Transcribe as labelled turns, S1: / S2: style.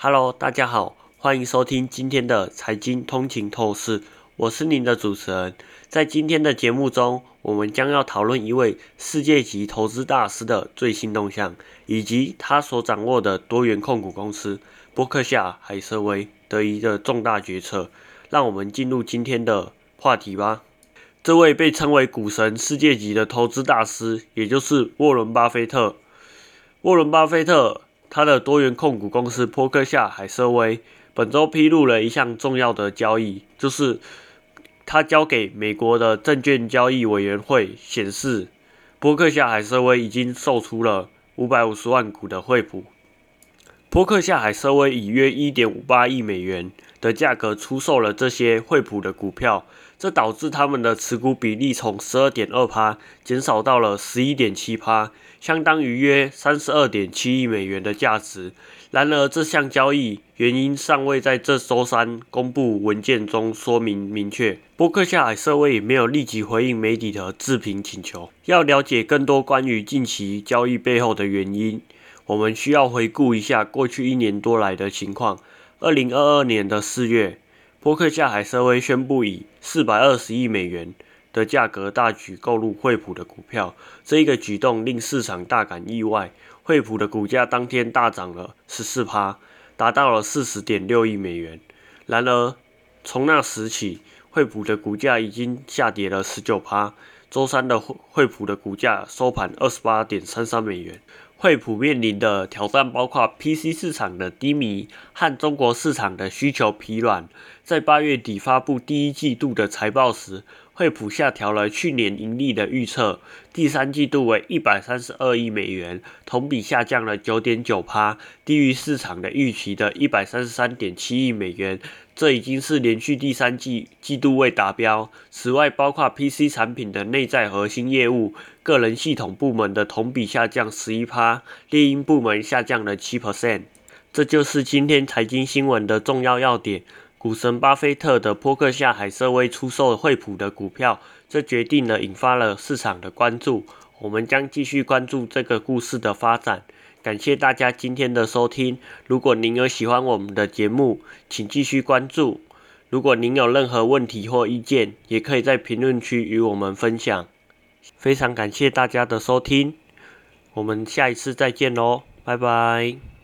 S1: Hello，大家好，欢迎收听今天的财经通勤透视，我是您的主持人。在今天的节目中，我们将要讨论一位世界级投资大师的最新动向，以及他所掌握的多元控股公司波克夏海瑟薇的一个重大决策。让我们进入今天的话题吧。这位被称为股神、世界级的投资大师，也就是沃伦·巴菲特。沃伦·巴菲特他的多元控股公司波克夏海瑟薇本周披露了一项重要的交易，就是他交给美国的证券交易委员会显示，波克夏海瑟薇已经售出了550万股的惠普。波克夏海瑟薇以约 1.58 亿美元的价格出售了这些惠普的股票，这导致他们的持股比例从 12.2% 减少到了 11.7%， 相当于约 32.7 亿美元的价值。然而，这项交易原因尚未在这周三公布文件中说明明确。波克夏海瑟薇也没有立即回应媒体的置评请求。要了解更多关于近期交易背后的原因，我们需要回顾一下过去1年多来的情况。2022年的4月，波克夏海瑟薇宣布以420亿美元的价格大举购入惠普的股票，这一个举动令市场大感意外。惠普的股价当天大涨了 14%， 达到了 40.6 亿美元。然而，从那时起，惠普的股价已经下跌了 19%。周三的惠普的股价收盘 28.33 美元。惠普面临的挑战包括 PC 市场的低迷和中国市场的需求疲软。在8月底发布第一季度的财报时，惠普下调了去年盈利的预测，第三季度为132亿美元，同比下降了 9.9%， 低于市场的预期的 133.7 亿美元。这已经是连续第三季度未达标。此外，包括 PC 产品的内在核心业务、个人系统部门的同比下降 11%， 猎鹰部门下降了 7%。这就是今天财经新闻的重要要点。股神巴菲特的波克夏海瑟薇出售惠普的股票，这决定了引发了市场的关注。我们将继续关注这个故事的发展。感谢大家今天的收听。如果您有喜欢我们的节目，请继续关注。如果您有任何问题或意见，也可以在评论区与我们分享。非常感谢大家的收听，我们下一次再见喽，拜拜。